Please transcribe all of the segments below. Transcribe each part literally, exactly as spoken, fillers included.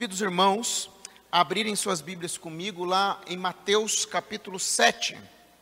Convido os irmãos a abrirem suas Bíblias comigo lá em Mateus capítulo sete.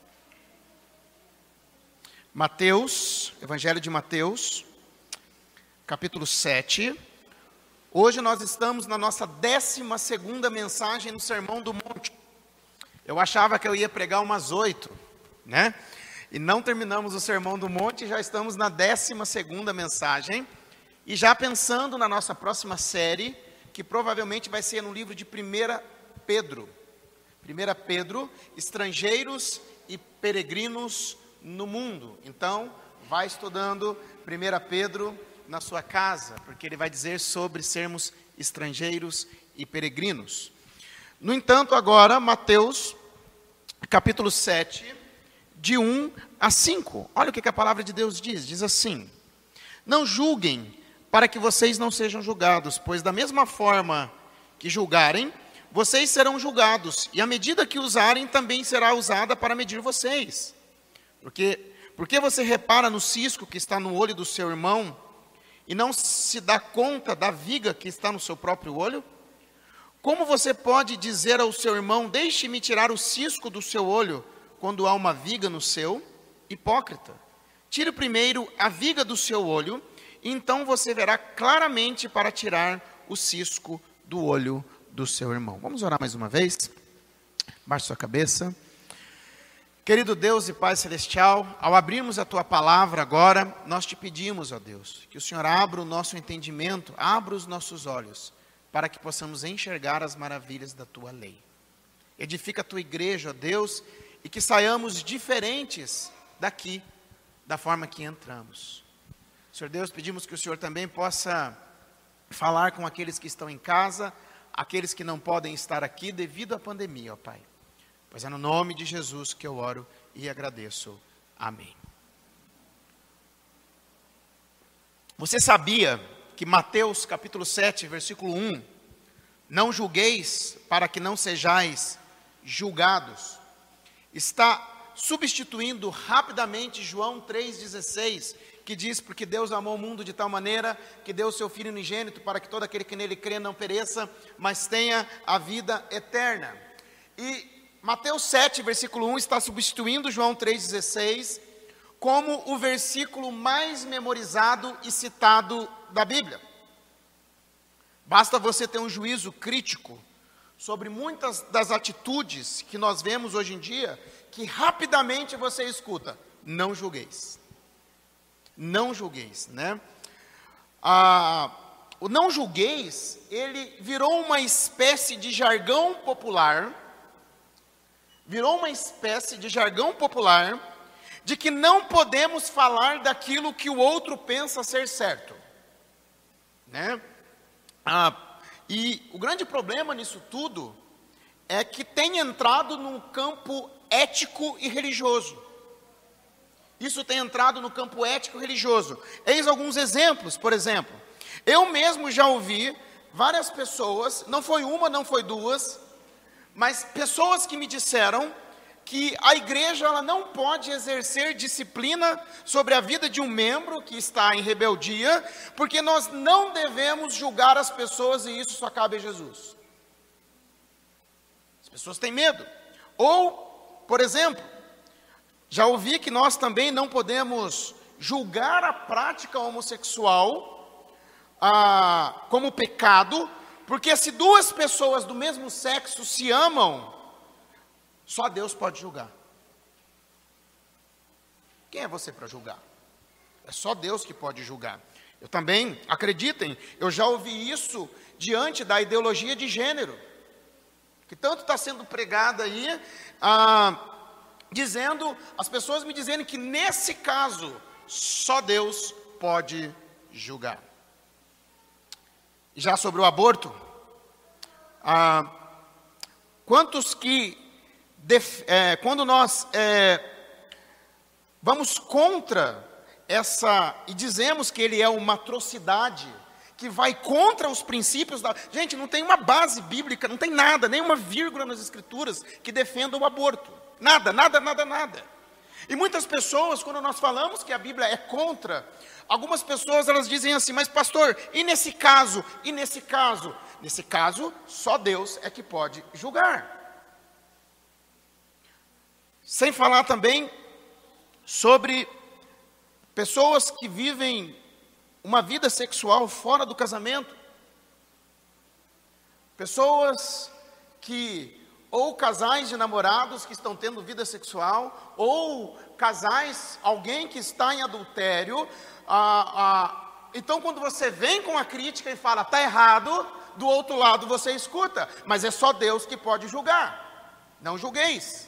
Mateus, Evangelho de Mateus, capítulo sete. Hoje nós estamos na nossa décima segunda mensagem no Sermão do Monte. Eu achava que eu ia pregar umas oito, né? E não terminamos o Sermão do Monte, já estamos na décima segunda mensagem. E já pensando na nossa próxima série, que provavelmente vai ser no livro de primeira Pedro. primeira Pedro, estrangeiros e peregrinos no mundo. Então, vai estudando primeira Pedro na sua casa, porque ele vai dizer sobre sermos estrangeiros e peregrinos. No entanto, agora, Mateus, capítulo sete, de um a cinco. Olha o que a palavra de Deus diz. Diz assim: não julguem, para que vocês não sejam julgados, pois da mesma forma que julgarem, vocês serão julgados, e a medida que usarem também será usada para medir vocês. Porque, porque você repara no cisco que está no olho do seu irmão, e não se dá conta da viga que está no seu próprio olho? Como você pode dizer ao seu irmão, deixe-me tirar o cisco do seu olho, quando há uma viga no seu? Hipócrita, tire primeiro a viga do seu olho, então você verá claramente para tirar o cisco do olho do seu irmão. Vamos orar mais uma vez? Baixe sua cabeça. Querido Deus e Pai Celestial, ao abrirmos a Tua palavra agora, nós te pedimos, ó Deus, que o Senhor abra o nosso entendimento, abra os nossos olhos, para que possamos enxergar as maravilhas da Tua lei. Edifica a Tua igreja, ó Deus, e que saiamos diferentes daqui, da forma que entramos. Senhor Deus, pedimos que o Senhor também possa falar com aqueles que estão em casa, aqueles que não podem estar aqui devido à pandemia, ó Pai. Pois é no nome de Jesus que eu oro e agradeço. Amém. Você sabia que Mateus capítulo sete, versículo um, não julgueis para que não sejais julgados, está substituindo rapidamente João três, dezesseis, que diz, porque Deus amou o mundo de tal maneira, que deu o seu Filho unigênito, para que todo aquele que nele crê não pereça, mas tenha a vida eterna. E Mateus sete, versículo um, está substituindo João três, dezesseis, como o versículo mais memorizado e citado da Bíblia. Basta você ter um juízo crítico sobre muitas das atitudes que nós vemos hoje em dia, que rapidamente você escuta: não julgueis. Não julgueis, né? Ah, o não julgueis, ele virou uma espécie de jargão popular, virou uma espécie de jargão popular, de que não podemos falar daquilo que o outro pensa ser certo, né? Ah, e o grande problema nisso tudo é que tem entrado num campo ético e religioso. Isso tem entrado no campo ético e religioso. Eis alguns exemplos, por exemplo. Eu mesmo já ouvi várias pessoas, não foi uma, não foi duas, mas pessoas que me disseram que a igreja ela não pode exercer disciplina sobre a vida de um membro que está em rebeldia, porque nós não devemos julgar as pessoas e isso só cabe a Jesus. As pessoas têm medo. Ou, por exemplo, já ouvi que nós também não podemos julgar a prática homossexual ah, como pecado, porque se duas pessoas do mesmo sexo se amam, só Deus pode julgar. Quem é você para julgar? É só Deus que pode julgar. Eu também, acreditem, eu já ouvi isso diante da ideologia de gênero, que tanto está sendo pregada aí, ah, dizendo, as pessoas me dizendo que nesse caso, só Deus pode julgar. Já sobre o aborto, ah, quantos que, def, é, quando nós é, vamos contra essa, e dizemos que ele é uma atrocidade, que vai contra os princípios da... Gente, não tem uma base bíblica, não tem nada, nenhuma vírgula nas escrituras que defenda o aborto. Nada, nada, nada, nada. E muitas pessoas, quando nós falamos que a Bíblia é contra, algumas pessoas elas dizem assim, mas pastor, e nesse caso, e nesse caso? Nesse caso, só Deus é que pode julgar. Sem falar também sobre pessoas que vivem uma vida sexual fora do casamento. Pessoas que, ou casais de namorados que estão tendo vida sexual, ou casais, alguém que está em adultério. Ah, ah, então, quando você vem com a crítica e fala, está errado, do outro lado você escuta, mas é só Deus que pode julgar. Não julgueis.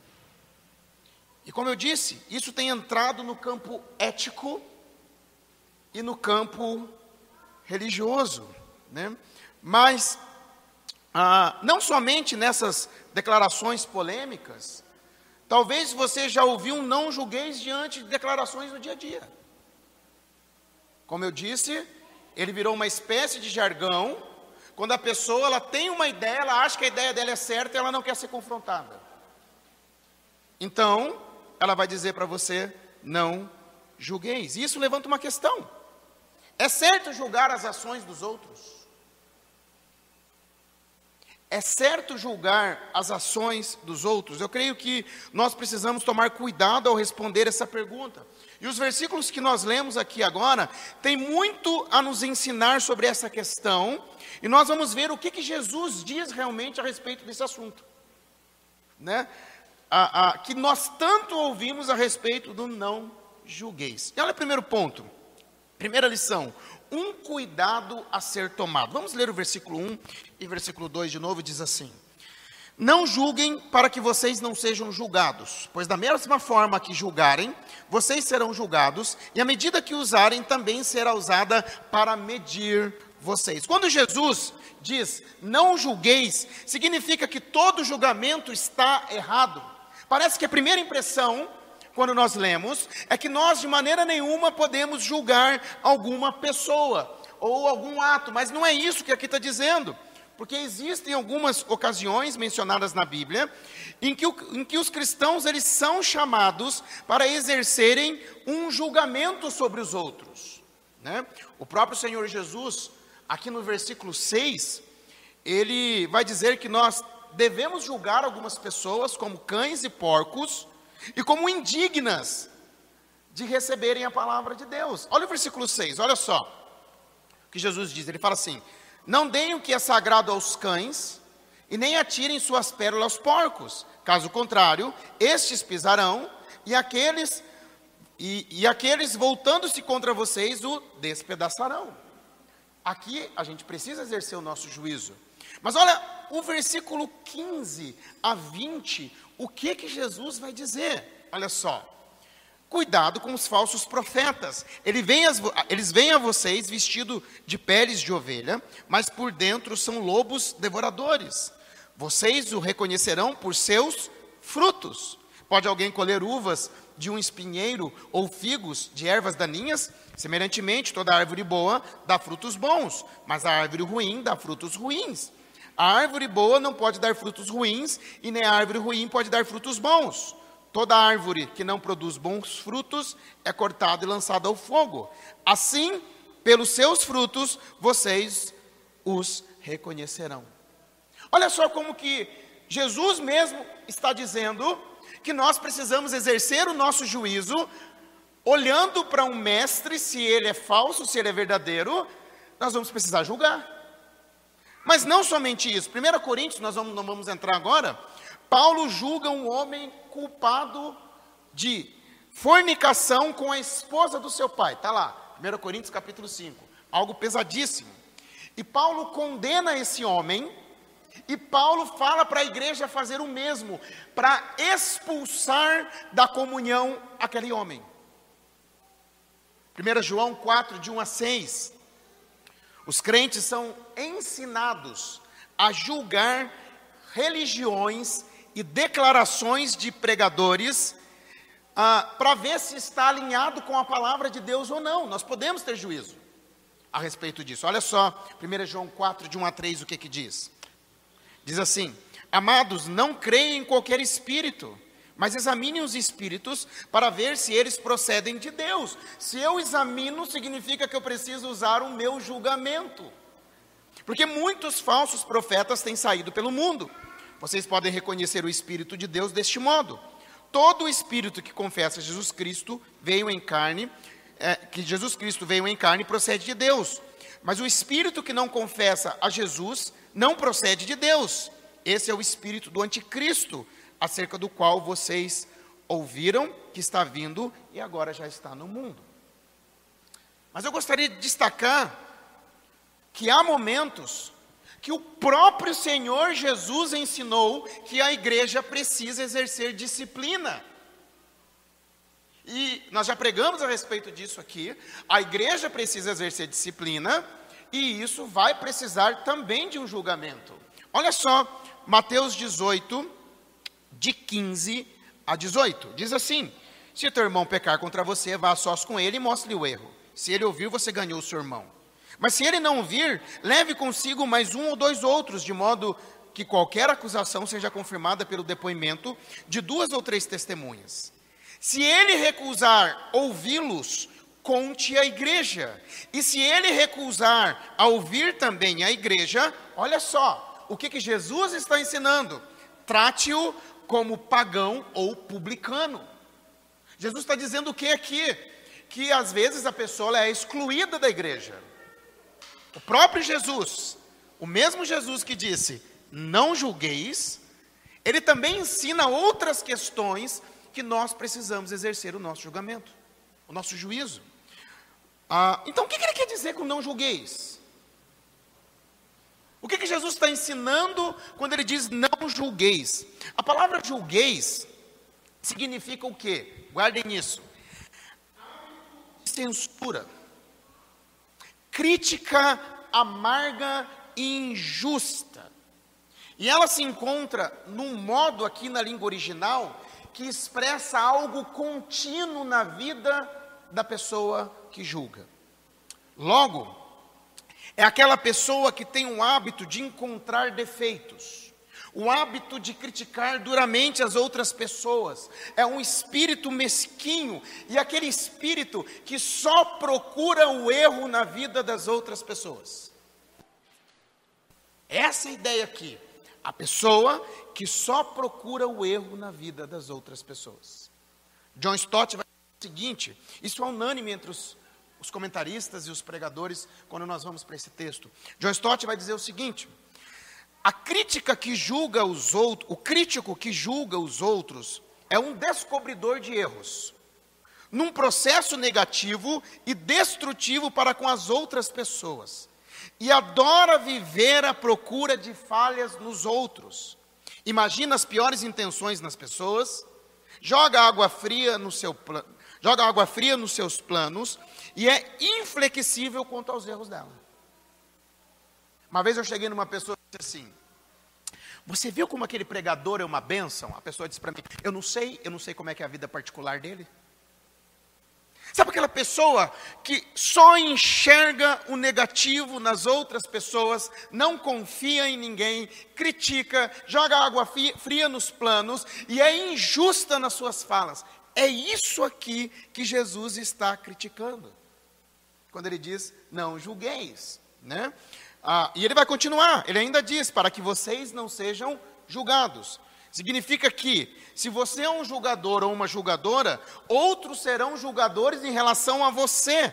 E como eu disse, isso tem entrado no campo ético e no campo religioso, né? Mas, ah, não somente nessas declarações polêmicas, talvez você já ouviu um não julgueis diante de declarações do dia a dia. Como eu disse, ele virou uma espécie de jargão, quando a pessoa ela tem uma ideia, ela acha que a ideia dela é certa e ela não quer ser confrontada. Então, ela vai dizer para você, não julgueis. Isso levanta uma questão. É certo julgar as ações dos outros? É certo julgar as ações dos outros? Eu creio que nós precisamos tomar cuidado ao responder essa pergunta. E os versículos que nós lemos aqui agora, tem muito a nos ensinar sobre essa questão, e nós vamos ver o que, que Jesus diz realmente a respeito desse assunto, né? A, a, que nós tanto ouvimos a respeito do não julgueis. E olha o primeiro ponto, primeira lição, um cuidado a ser tomado. Vamos ler o versículo um e versículo dois de novo, diz assim: não julguem para que vocês não sejam julgados, pois da mesma forma que julgarem, vocês serão julgados, e a medida que usarem também será usada para medir vocês. Quando Jesus diz, não julgueis, significa que todo julgamento está errado. Parece que a primeira impressão, quando nós lemos, é que nós de maneira nenhuma podemos julgar alguma pessoa, ou algum ato, mas não é isso que aqui está dizendo. Porque existem algumas ocasiões mencionadas na Bíblia, em que, o, em que os cristãos eles são chamados para exercerem um julgamento sobre os outros, né? O próprio Senhor Jesus, aqui no versículo seis, ele vai dizer que nós devemos julgar algumas pessoas como cães e porcos, e como indignas de receberem a palavra de Deus. Olha o versículo seis, olha só o que Jesus diz, ele fala assim: não deem o que é sagrado aos cães, e nem atirem suas pérolas aos porcos, caso contrário, estes pisarão, e aqueles, e, e aqueles voltando-se contra vocês, o despedaçarão. Aqui a gente precisa exercer o nosso juízo. Mas olha, o versículo quinze a vinte, o que que Jesus vai dizer? Olha só, cuidado com os falsos profetas, Ele vem as, eles vêm a vocês vestidos de peles de ovelha, mas por dentro são lobos devoradores. Vocês o reconhecerão por seus frutos. Pode alguém colher uvas de um espinheiro ou figos de ervas daninhas? Semelhantemente, toda árvore boa dá frutos bons, mas a árvore ruim dá frutos ruins. A árvore boa não pode dar frutos ruins, e nem a árvore ruim pode dar frutos bons. Toda árvore que não produz bons frutos é cortada e lançada ao fogo. Assim, pelos seus frutos, vocês os reconhecerão. Olha só como que Jesus mesmo está dizendo que nós precisamos exercer o nosso juízo, olhando para um mestre, se ele é falso, se ele é verdadeiro, nós vamos precisar julgar. Mas não somente isso, primeira Coríntios, nós vamos, não vamos entrar agora, Paulo julga um homem culpado de fornicação com a esposa do seu pai, está lá, primeira Coríntios capítulo cinco, algo pesadíssimo. E Paulo condena esse homem, e Paulo fala para a igreja fazer o mesmo, para expulsar da comunhão aquele homem. primeira João quatro, de um a seis, os crentes são ensinados a julgar religiões e declarações de pregadores, ah, para ver se está alinhado com a palavra de Deus ou não. Nós podemos ter juízo a respeito disso. Olha só, primeira João quatro, de um a três, o que que diz? Diz assim: amados, não creem em qualquer espírito, mas examinem os espíritos para ver se eles procedem de Deus. Se eu examino, significa que eu preciso usar o meu julgamento. Porque muitos falsos profetas têm saído pelo mundo. Vocês podem reconhecer o Espírito de Deus deste modo. Todo o Espírito que confessa Jesus Cristo veio em carne, é, que Jesus Cristo veio em carne, procede de Deus. Mas o Espírito que não confessa a Jesus não procede de Deus. Esse é o Espírito do Anticristo, acerca do qual vocês ouviram que está vindo e agora já está no mundo. Mas eu gostaria de destacar que há momentos que o próprio Senhor Jesus ensinou que a igreja precisa exercer disciplina. E nós já pregamos a respeito disso aqui. A igreja precisa exercer disciplina e isso vai precisar também de um julgamento. Olha só, Mateus dezoito, de quinze a dezoito, diz assim: se teu irmão pecar contra você, vá a sós com ele e mostre-lhe o erro. Se ele ouvir, você ganhou o seu irmão. Mas se ele não ouvir, leve consigo mais um ou dois outros, de modo que qualquer acusação seja confirmada pelo depoimento de duas ou três testemunhas. Se ele recusar ouvi-los, conte à igreja. E se ele recusar a ouvir também a igreja, olha só, o que, que Jesus está ensinando? Trate-o como pagão ou publicano. Jesus está dizendo o que aqui? Que às vezes a pessoa é excluída da igreja. O próprio Jesus, o mesmo Jesus que disse, não julgueis, ele também ensina outras questões que nós precisamos exercer o nosso julgamento, o nosso juízo. Ah, então, o que ele quer dizer com não julgueis? O que, que Jesus está ensinando quando ele diz não julgueis? A palavra julgueis significa o quê? Guardem isso. Censura. Crítica amarga e injusta. E ela se encontra num modo aqui na língua original que expressa algo contínuo na vida da pessoa que julga. Logo, é aquela pessoa que tem o hábito de encontrar defeitos, o hábito de criticar duramente as outras pessoas. É um espírito mesquinho e aquele espírito que só procura o erro na vida das outras pessoas. Essa é a ideia aqui. A pessoa que só procura o erro na vida das outras pessoas. John Stott vai dizer o seguinte, isso é unânime entre os, os comentaristas e os pregadores quando nós vamos para esse texto. John Stott vai dizer o seguinte: a crítica que julga os outros, o crítico que julga os outros é um descobridor de erros, num processo negativo e destrutivo para com as outras pessoas, e adora viver à procura de falhas nos outros. Imagina as piores intenções nas pessoas, joga água fria no seu plano, joga água fria nos seus planos e é inflexível quanto aos erros dela. Uma vez eu cheguei numa pessoa e disse assim: você viu como aquele pregador é uma bênção? A pessoa disse para mim: eu não sei, eu não sei como é que é a vida particular dele. Sabe aquela pessoa que só enxerga o negativo nas outras pessoas, não confia em ninguém, critica, joga água fria nos planos e é injusta nas suas falas? É isso aqui que Jesus está criticando, quando ele diz, não julgueis, né? Ah, e ele vai continuar, ele ainda diz, para que vocês não sejam julgados. Significa que, se você é um julgador ou uma julgadora, outros serão julgadores em relação a você.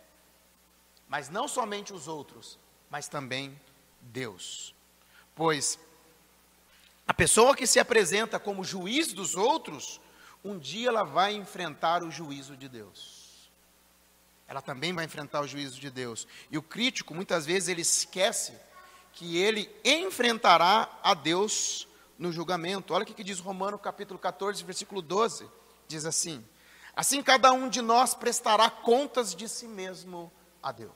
Mas não somente os outros, mas também Deus. Pois, a pessoa que se apresenta como juiz dos outros, um dia ela vai enfrentar o juízo de Deus. Ela também vai enfrentar o juízo de Deus. E o crítico, muitas vezes, ele esquece que ele enfrentará a Deus no julgamento. Olha o que diz Romanos capítulo quatorze, versículo doze. Diz assim: assim cada um de nós prestará contas de si mesmo a Deus.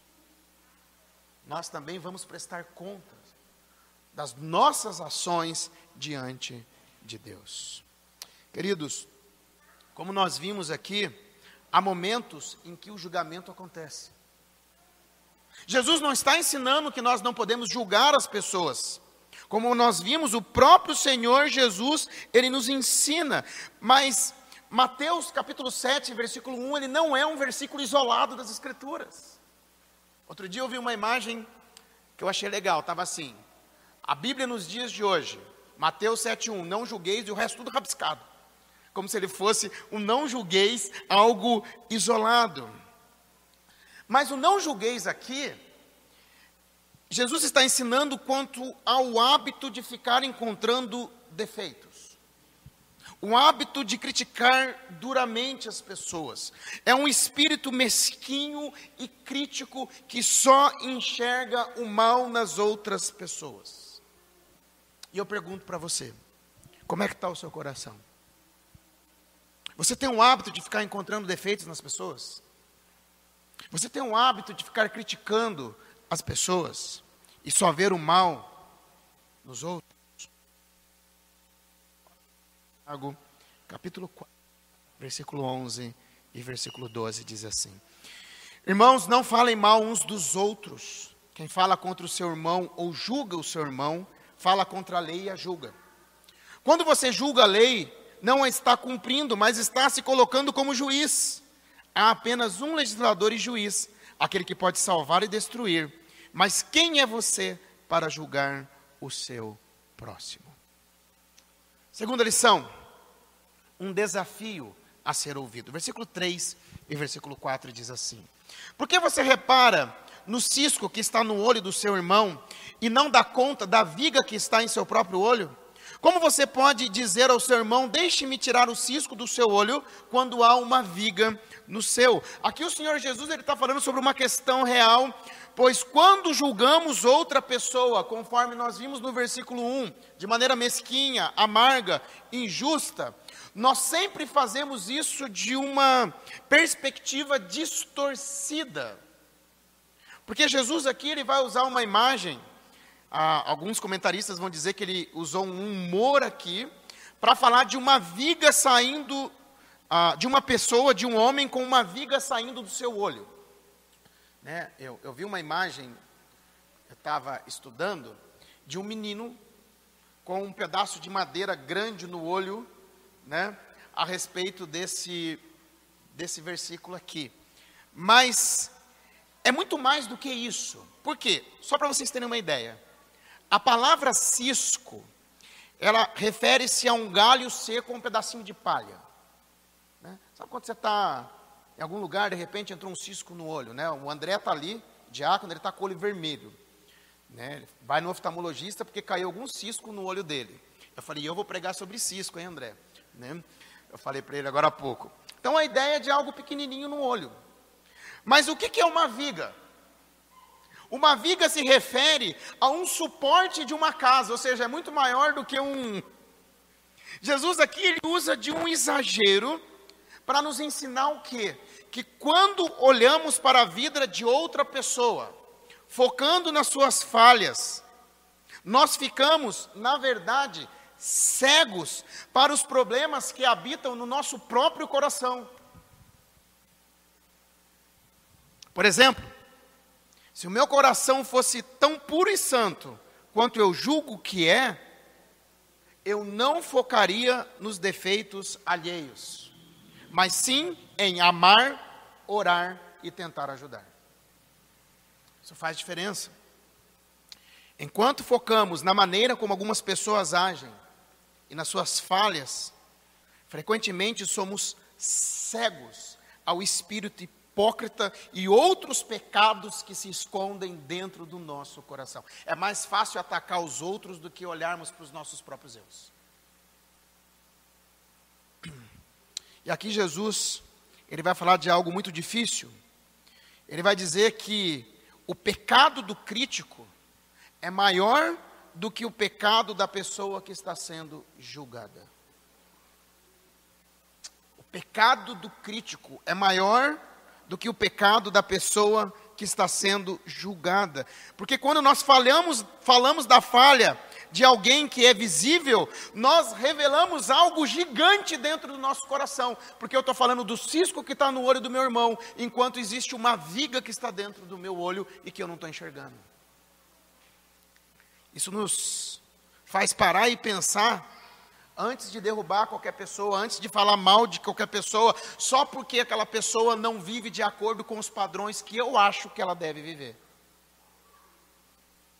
Nós também vamos prestar contas das nossas ações diante de Deus. Queridos, como nós vimos aqui, há momentos em que o julgamento acontece. Jesus não está ensinando que nós não podemos julgar as pessoas. Como nós vimos, o próprio Senhor Jesus, ele nos ensina. Mas Mateus capítulo sete, versículo um, ele não é um versículo isolado das Escrituras. Outro dia eu vi uma imagem que eu achei legal, estava assim, a Bíblia nos dias de hoje, Mateus sete, um, não julgueis, e o resto tudo rabiscado, como se ele fosse um não julgueis, algo isolado. Mas o não julgueis aqui, Jesus está ensinando quanto ao hábito de ficar encontrando defeitos. O hábito de criticar duramente as pessoas. É um espírito mesquinho e crítico que só enxerga o mal nas outras pessoas. E eu pergunto para você, como é que está o seu coração? Você tem um hábito de ficar encontrando defeitos nas pessoas? Você tem um hábito de ficar criticando as pessoas e só ver o mal nos outros? Capítulo quatro, versículo onze e versículo doze diz assim: irmãos, não falem mal uns dos outros. Quem fala contra o seu irmão ou julga o seu irmão, fala contra a lei e a julga. Quando você julga a lei, não a está cumprindo, mas está se colocando como juiz. Há apenas um legislador e juiz, aquele que pode salvar e destruir. Mas quem é você para julgar o seu próximo? Segunda lição, um desafio a ser ouvido. Versículo três e versículo quatro diz assim: por que você repara no cisco que está no olho do seu irmão e não dá conta da viga que está em seu próprio olho? Como você pode dizer ao seu irmão, deixe-me tirar o cisco do seu olho, quando há uma viga no seu? Aqui o Senhor Jesus ele está falando sobre uma questão real, pois quando julgamos outra pessoa, conforme nós vimos no versículo um, de maneira mesquinha, amarga, injusta, nós sempre fazemos isso de uma perspectiva distorcida. Porque Jesus aqui ele vai usar uma imagem. Ah, alguns comentaristas vão dizer que ele usou um humor aqui para falar de uma viga saindo, ah, de uma pessoa, de um homem com uma viga saindo do seu olho. Né? Eu, eu vi uma imagem, eu estava estudando, de um menino com um pedaço de madeira grande no olho, né, a respeito desse, desse versículo aqui. Mas é muito mais do que isso. Por quê? Só para vocês terem uma ideia. A palavra cisco, ela refere-se a um galho seco com um pedacinho de palha. Né? Sabe quando você está em algum lugar, de repente entrou um cisco no olho, né? O André está ali, diácono, ele está com o olho vermelho. Né? Ele vai no oftalmologista porque caiu algum cisco no olho dele. Eu falei, eu vou pregar sobre cisco, hein, André? Né? Eu falei para ele agora há pouco. Então a ideia é de algo pequenininho no olho. Mas o que, que é uma viga? Uma viga se refere a um suporte de uma casa, ou seja, é muito maior do que um... Jesus aqui ele usa de um exagero para nos ensinar o quê? Que quando olhamos para a vida de outra pessoa, focando nas suas falhas, nós ficamos, na verdade, cegos para os problemas que habitam no nosso próprio coração. Por exemplo, se o meu coração fosse tão puro e santo quanto eu julgo que é, eu não focaria nos defeitos alheios, mas sim em amar, orar e tentar ajudar. Isso faz diferença. Enquanto focamos na maneira como algumas pessoas agem e nas suas falhas, frequentemente somos cegos ao espírito hipócrita e outros pecados que se escondem dentro do nosso coração. É mais fácil atacar os outros do que olharmos para os nossos próprios erros. E aqui Jesus, ele vai falar de algo muito difícil. Ele vai dizer que o pecado do crítico é maior do que o pecado da pessoa que está sendo julgada. O pecado do crítico é maior do que o pecado da pessoa que está sendo julgada. Porque quando nós falamos, falamos da falha de alguém que é visível, nós revelamos algo gigante dentro do nosso coração. Porque eu estou falando do cisco que está no olho do meu irmão, enquanto existe uma viga que está dentro do meu olho e que eu não estou enxergando. Isso nos faz parar e pensar antes de derrubar qualquer pessoa, antes de falar mal de qualquer pessoa, só porque aquela pessoa não vive de acordo com os padrões que eu acho que ela deve viver.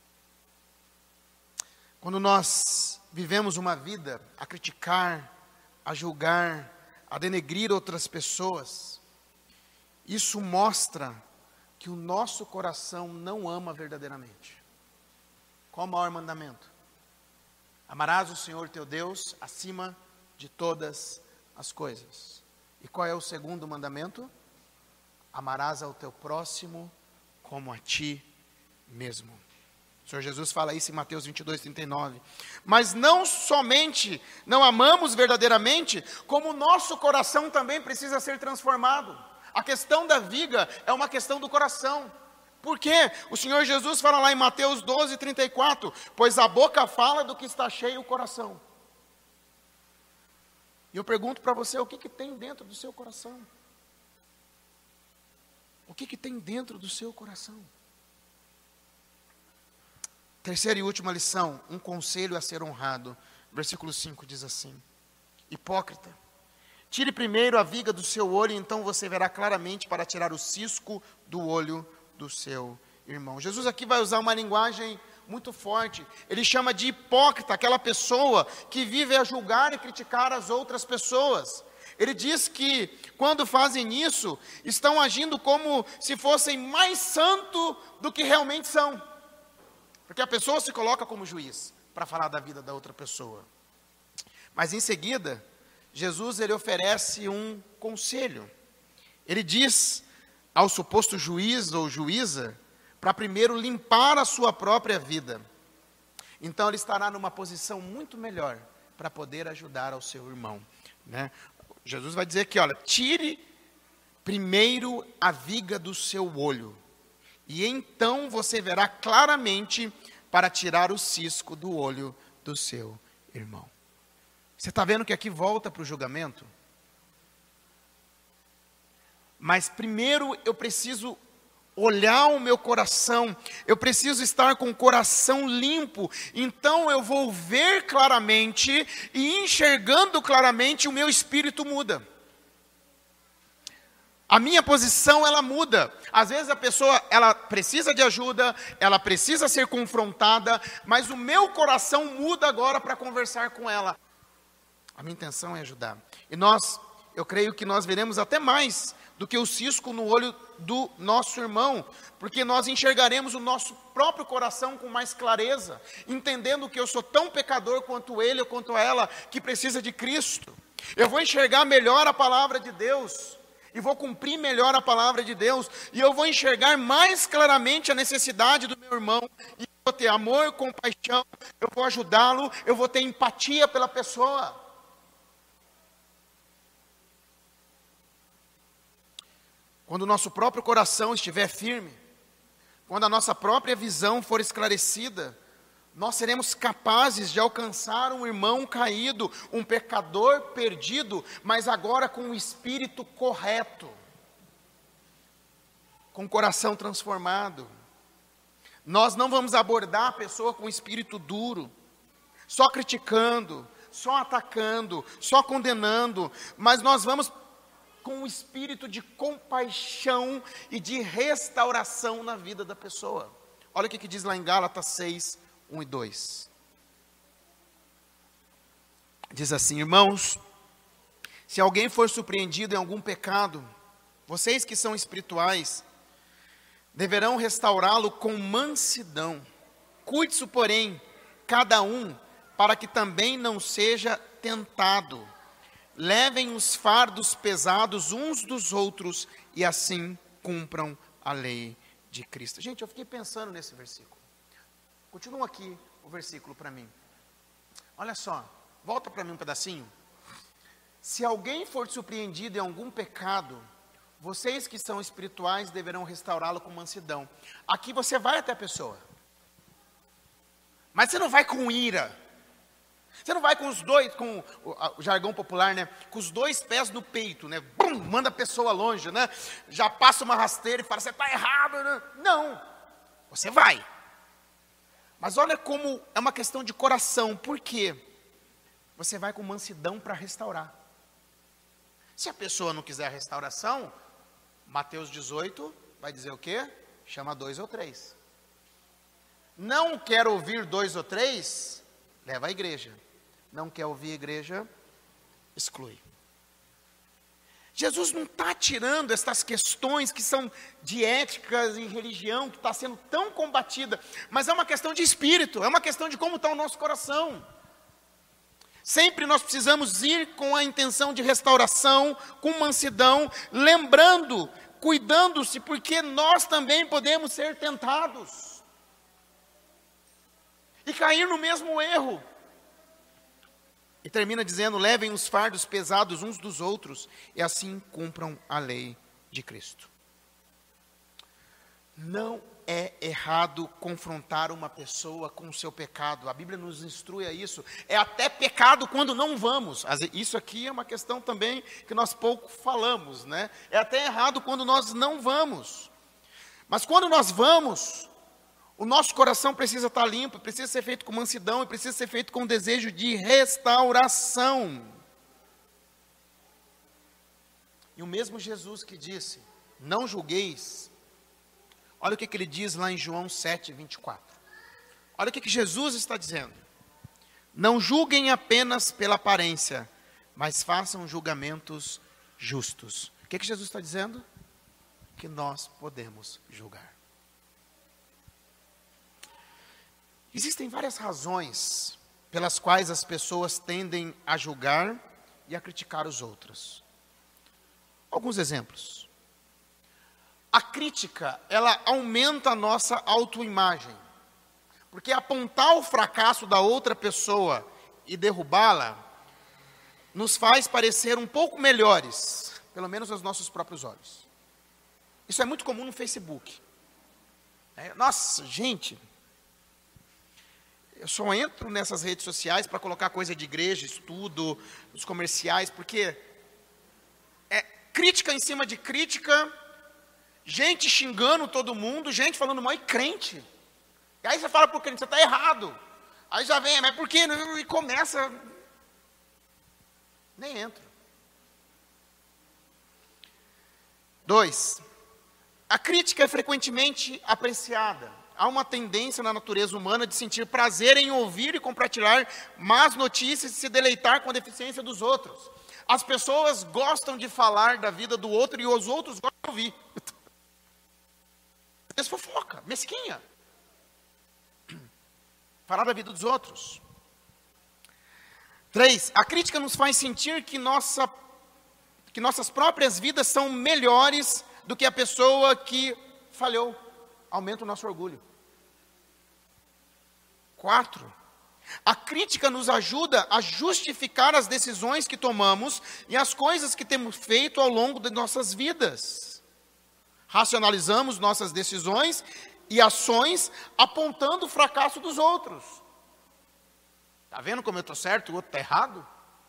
Quando nós vivemos uma vida a criticar, a julgar, a denegrir outras pessoas, isso mostra que o nosso coração não ama verdadeiramente. Qual o maior mandamento? Amarás o Senhor teu Deus acima de todas as coisas. E qual é o segundo mandamento? Amarás ao teu próximo como a ti mesmo. O Senhor Jesus fala isso em Mateus vinte e dois, trinta e nove. Mas não somente não amamos verdadeiramente, como o nosso coração também precisa ser transformado. A questão da viga é uma questão do coração. Por quê? O Senhor Jesus fala lá em Mateus doze, trinta e quatro, pois a boca fala do que está cheio o coração. E eu pergunto para você, o que, que tem dentro do seu coração? O que, que tem dentro do seu coração? Terceira e última lição, um conselho a ser honrado. Versículo cinco diz assim: hipócrita, tire primeiro a viga do seu olho, então você verá claramente para tirar o cisco do olho do seu irmão. Jesus aqui vai usar uma linguagem muito forte. Ele chama de hipócrita aquela pessoa que vive a julgar e criticar as outras pessoas. Ele diz que quando fazem isso, estão agindo como se fossem mais santos do que realmente são. Porque a pessoa se coloca como juiz para falar da vida da outra pessoa. Mas em seguida, Jesus ele oferece um conselho. Ele diz ao suposto juiz ou juíza para primeiro limpar a sua própria vida. Então ele estará numa posição muito melhor para poder ajudar ao seu irmão, né? Jesus vai dizer aqui, olha, tire primeiro a viga do seu olho, e então você verá claramente para tirar o cisco do olho do seu irmão. Você está vendo que aqui volta para o julgamento? Mas primeiro eu preciso olhar o meu coração, eu preciso estar com o coração limpo, então eu vou ver claramente, e enxergando claramente o meu espírito muda. A minha posição ela muda. Às vezes a pessoa ela precisa de ajuda, ela precisa ser confrontada, mas o meu coração muda agora para conversar com ela. A minha intenção é ajudar. E nós, eu creio que nós veremos até mais do que o cisco no olho do nosso irmão, porque nós enxergaremos o nosso próprio coração com mais clareza, entendendo que eu sou tão pecador quanto ele ou quanto ela, que precisa de Cristo. Eu vou enxergar melhor a palavra de Deus, e vou cumprir melhor a palavra de Deus, e eu vou enxergar mais claramente a necessidade do meu irmão, e eu vou ter amor, compaixão, eu vou ajudá-lo, eu vou ter empatia pela pessoa. Quando o nosso próprio coração estiver firme, quando a nossa própria visão for esclarecida, nós seremos capazes de alcançar um irmão caído, um pecador perdido, mas agora com o espírito correto, com o coração transformado. Nós não vamos abordar a pessoa com o espírito duro, só criticando, só atacando, só condenando, mas nós vamos com um espírito de compaixão e de restauração na vida da pessoa. Olha o que, que diz lá em Gálatas seis, um e dois. Diz assim: irmãos, se alguém for surpreendido em algum pecado, vocês que são espirituais, deverão restaurá-lo com mansidão. Cuide-se, porém, cada um, para que também não seja tentado. Levem os fardos pesados uns dos outros e assim cumpram a lei de Cristo. Gente, eu fiquei pensando nesse versículo. Continua aqui o versículo para mim. Olha só, volta para mim um pedacinho. Se alguém for surpreendido em algum pecado, vocês que são espirituais deverão restaurá-lo com mansidão. Aqui você vai até a pessoa, mas você não vai com ira. Você não vai com os dois, com o, o jargão popular, né? Com os dois pés no peito, né? Bum, manda a pessoa longe, né? Já passa uma rasteira e fala, você está errado, né? Não, você vai. Mas olha como é uma questão de coração. Por quê? Você vai com mansidão para restaurar. Se a pessoa não quiser a restauração, Mateus dezoito vai dizer o quê? Chama dois ou três. Não quer ouvir dois ou três, leva à igreja. Não quer ouvir a igreja, exclui. Jesus não está tirando essas questões que são de éticas e religião, que está sendo tão combatida, mas é uma questão de espírito, é uma questão de como está o nosso coração. Sempre nós precisamos ir com a intenção de restauração, com mansidão, lembrando, cuidando-se, porque nós também podemos ser tentados e cair no mesmo erro. E termina dizendo: levem os fardos pesados uns dos outros e assim cumpram a lei de Cristo. Não é errado confrontar uma pessoa com o seu pecado. A Bíblia nos instrui a isso. É até pecado quando não vamos. Isso aqui é uma questão também que nós pouco falamos, né? É até errado quando nós não vamos. Mas quando nós vamos, o nosso coração precisa estar limpo, precisa ser feito com mansidão e precisa ser feito com desejo de restauração. E o mesmo Jesus que disse: não julgueis. Olha o que, que ele diz lá em João sete, vinte e quatro. Olha o que, que Jesus está dizendo. Não julguem apenas pela aparência, mas façam julgamentos justos. O que, que Jesus está dizendo? Que nós podemos julgar. Existem várias razões pelas quais as pessoas tendem a julgar e a criticar os outros. Alguns exemplos. A crítica, ela aumenta a nossa autoimagem. Porque apontar o fracasso da outra pessoa e derrubá-la, nos faz parecer um pouco melhores, pelo menos aos nossos próprios olhos. Isso é muito comum no Facebook. É, nossa, gente, eu só entro nessas redes sociais para colocar coisa de igreja, estudo, os comerciais, porque é crítica em cima de crítica, gente xingando todo mundo, gente falando mal e crente. E aí você fala para o crente: você está errado. Aí já vem: mas por quê? E começa. Nem entro. Dois, a crítica é frequentemente apreciada. Há uma tendência na natureza humana de sentir prazer em ouvir e compartilhar más notícias e se deleitar com a deficiência dos outros. As pessoas gostam de falar da vida do outro e os outros gostam de ouvir. Às vezes fofoca, mesquinha. Falar da vida dos outros. Três, a crítica nos faz sentir que, nossa, que nossas próprias vidas são melhores do que a pessoa que falhou. Aumenta o nosso orgulho. Quatro, a crítica nos ajuda a justificar as decisões que tomamos e as coisas que temos feito ao longo de nossas vidas. Racionalizamos nossas decisões e ações apontando o fracasso dos outros. Está vendo como eu estou certo e o outro está errado?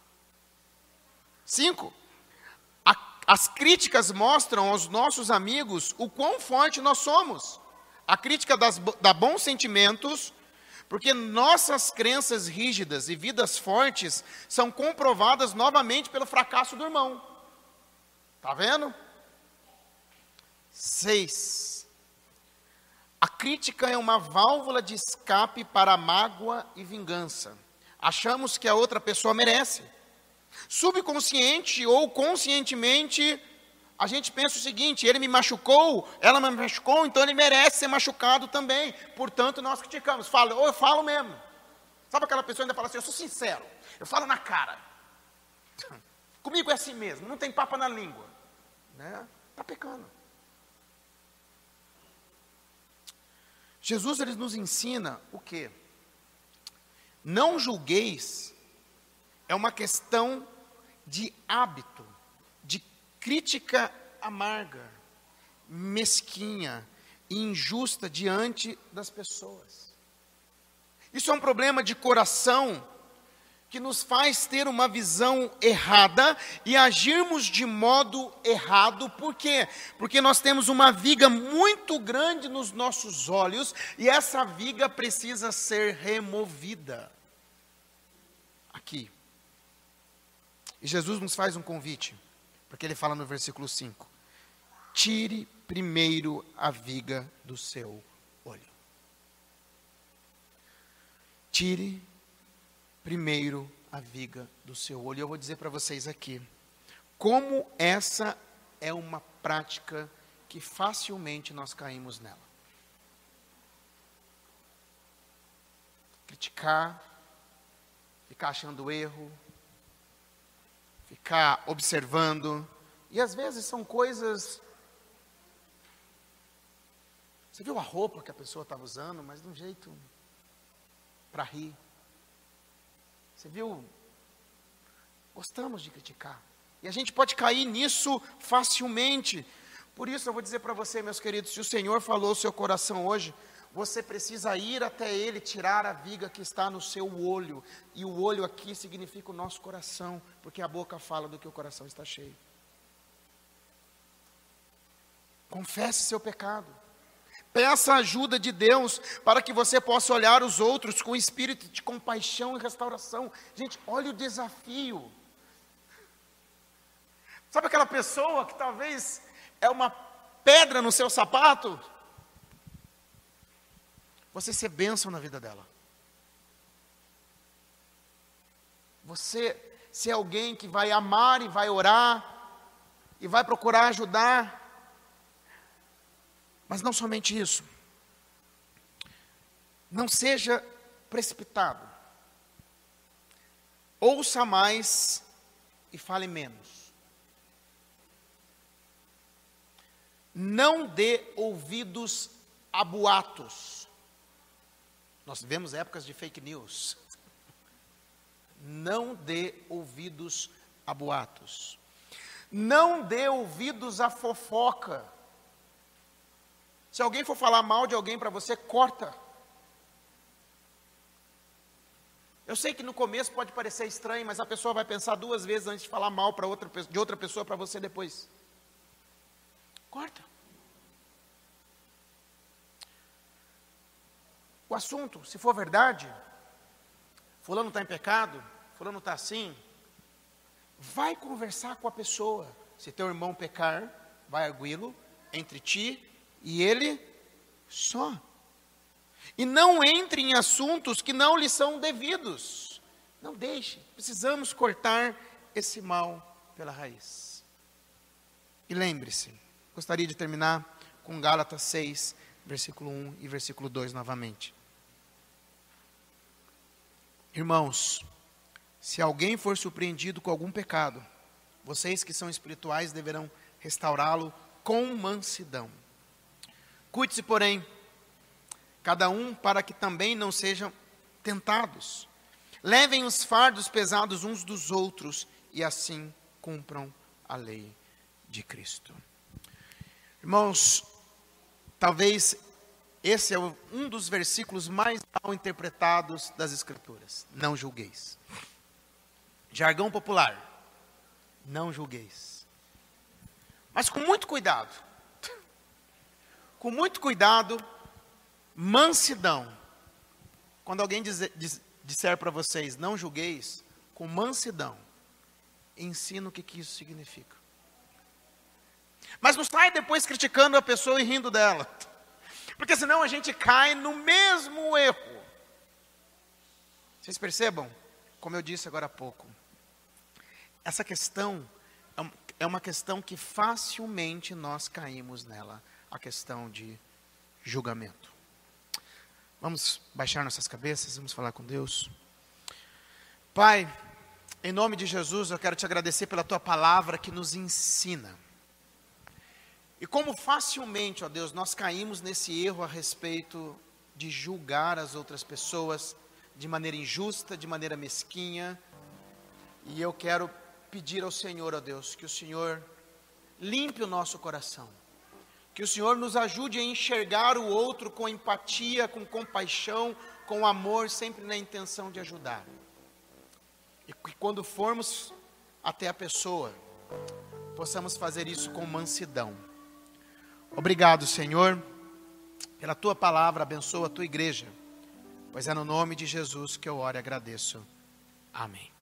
Cinco, a, as críticas mostram aos nossos amigos o quão forte nós somos. A crítica das, dá bons sentimentos, porque nossas crenças rígidas e vidas fortes são comprovadas novamente pelo fracasso do irmão. Está vendo? Seis. A crítica é uma válvula de escape para a mágoa e vingança. Achamos que a outra pessoa merece. Subconsciente ou conscientemente, a gente pensa o seguinte: ele me machucou, ela me machucou, então ele merece ser machucado também. Portanto, nós criticamos. Fala, ou eu falo mesmo. Sabe aquela pessoa que ainda fala assim: eu sou sincero, eu falo na cara. Comigo é assim mesmo, não tem papa na língua. Né? Está pecando. Jesus, ele nos ensina o quê? Não julgueis é uma questão de hábito, de crítica amarga, mesquinha e injusta diante das pessoas. Isso é um problema de coração que nos faz ter uma visão errada e agirmos de modo errado. Por quê? Porque nós temos uma viga muito grande nos nossos olhos e essa viga precisa ser removida. Aqui. E Jesus nos faz um convite, porque ele fala no versículo cinco: tire primeiro a viga do seu olho. Tire primeiro a viga do seu olho. Eu vou dizer para vocês aqui, como essa é uma prática que facilmente nós caímos nela. Criticar, ficar achando erro, ficar observando, e às vezes são coisas... Você viu a roupa que a pessoa estava usando, mas de um jeito para rir. Você viu? Gostamos de criticar. E a gente pode cair nisso facilmente. Por isso eu vou dizer para você, meus queridos, se o Senhor falou ao seu coração hoje, você precisa ir até Ele, tirar a viga que está no seu olho. E o olho aqui significa o nosso coração, porque a boca fala do que o coração está cheio. Confesse seu pecado. Peça a ajuda de Deus para que você possa olhar os outros com espírito de compaixão e restauração. Gente, olha o desafio. Sabe aquela pessoa que talvez é uma pedra no seu sapato? Você ser bênção na vida dela. Você ser alguém que vai amar e vai orar e vai procurar ajudar. Mas não somente isso. Não seja precipitado. Ouça mais e fale menos. Não dê ouvidos a boatos. Nós vivemos épocas de fake news. Não dê ouvidos a boatos. Não dê ouvidos a fofoca. Se alguém for falar mal de alguém para você, corta. Eu sei que no começo pode parecer estranho, mas a pessoa vai pensar duas vezes antes de falar mal para outra, de outra pessoa para você depois. Corta. O assunto, se for verdade, fulano está em pecado, fulano está assim, vai conversar com a pessoa. Se teu irmão pecar, vai arguí-lo entre ti e ele só. E não entre em assuntos que não lhe são devidos. Não deixe. Precisamos cortar esse mal pela raiz. E lembre-se, gostaria de terminar com Gálatas seis, versículo um e versículo dois novamente. Irmãos, se alguém for surpreendido com algum pecado, vocês que são espirituais deverão restaurá-lo com mansidão. Cuide-se, porém, cada um para que também não sejam tentados. Levem os fardos pesados uns dos outros e assim cumpram a lei de Cristo. Irmãos, talvez esse é um dos versículos mais mal interpretados das Escrituras. Não julgueis. Jargão popular. Não julgueis. Mas com muito cuidado. Com muito cuidado, mansidão. Quando alguém dizer, disser para vocês, não julgueis, com mansidão, ensina o que, que isso significa. Mas não sai depois criticando a pessoa e rindo dela. Porque senão a gente cai no mesmo erro. Vocês percebam? Como eu disse agora há pouco. Essa questão é uma questão que facilmente nós caímos nela. A questão de julgamento. Vamos baixar nossas cabeças, vamos falar com Deus. Pai, em nome de Jesus, eu quero te agradecer pela tua palavra que nos ensina. E como facilmente, ó Deus, nós caímos nesse erro a respeito de julgar as outras pessoas de maneira injusta, de maneira mesquinha. E eu quero pedir ao Senhor, ó Deus, que o Senhor limpe o nosso coração. Que o Senhor nos ajude a enxergar o outro com empatia, com compaixão, com amor, sempre na intenção de ajudar. E que quando formos até a pessoa, possamos fazer isso com mansidão. Obrigado, Senhor, pela tua palavra, abençoa a tua igreja, pois é no nome de Jesus que eu oro e agradeço. Amém.